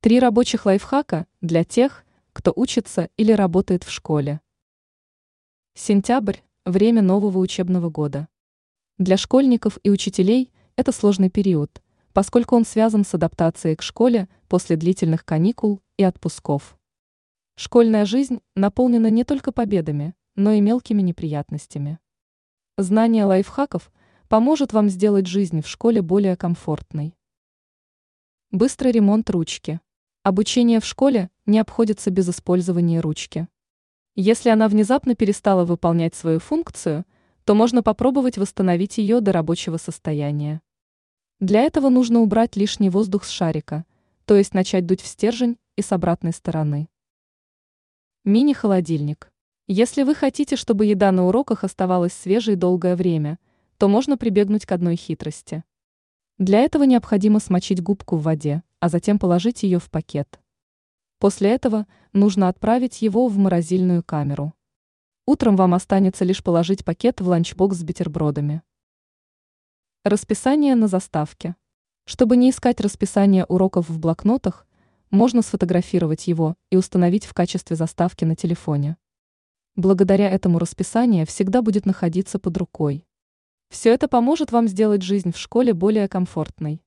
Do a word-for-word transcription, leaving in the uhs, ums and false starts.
Три рабочих лайфхака для тех, кто учится или работает в школе. Сентябрь – время нового учебного года. Для школьников и учителей это сложный период, поскольку он связан с адаптацией к школе после длительных каникул и отпусков. Школьная жизнь наполнена не только победами, но и мелкими неприятностями. Знание лайфхаков поможет вам сделать жизнь в школе более комфортной. Быстрый ремонт ручки. Обучение в школе не обходится без использования ручки. Если она внезапно перестала выполнять свою функцию, то можно попробовать восстановить ее до рабочего состояния. Для этого нужно убрать лишний воздух с шарика, то есть начать дуть в стержень и с обратной стороны. Мини-холодильник. Если вы хотите, чтобы еда на уроках оставалась свежей долгое время, то можно прибегнуть к одной хитрости. Для этого необходимо смочить губку в воде, а затем положить ее в пакет. После этого нужно отправить его в морозильную камеру. Утром вам останется лишь положить пакет в ланчбокс с бутербродами. Расписание на заставке. Чтобы не искать расписание уроков в блокнотах, можно сфотографировать его и установить в качестве заставки на телефоне. Благодаря этому расписание всегда будет находиться под рукой. Все это поможет вам сделать жизнь в школе более комфортной.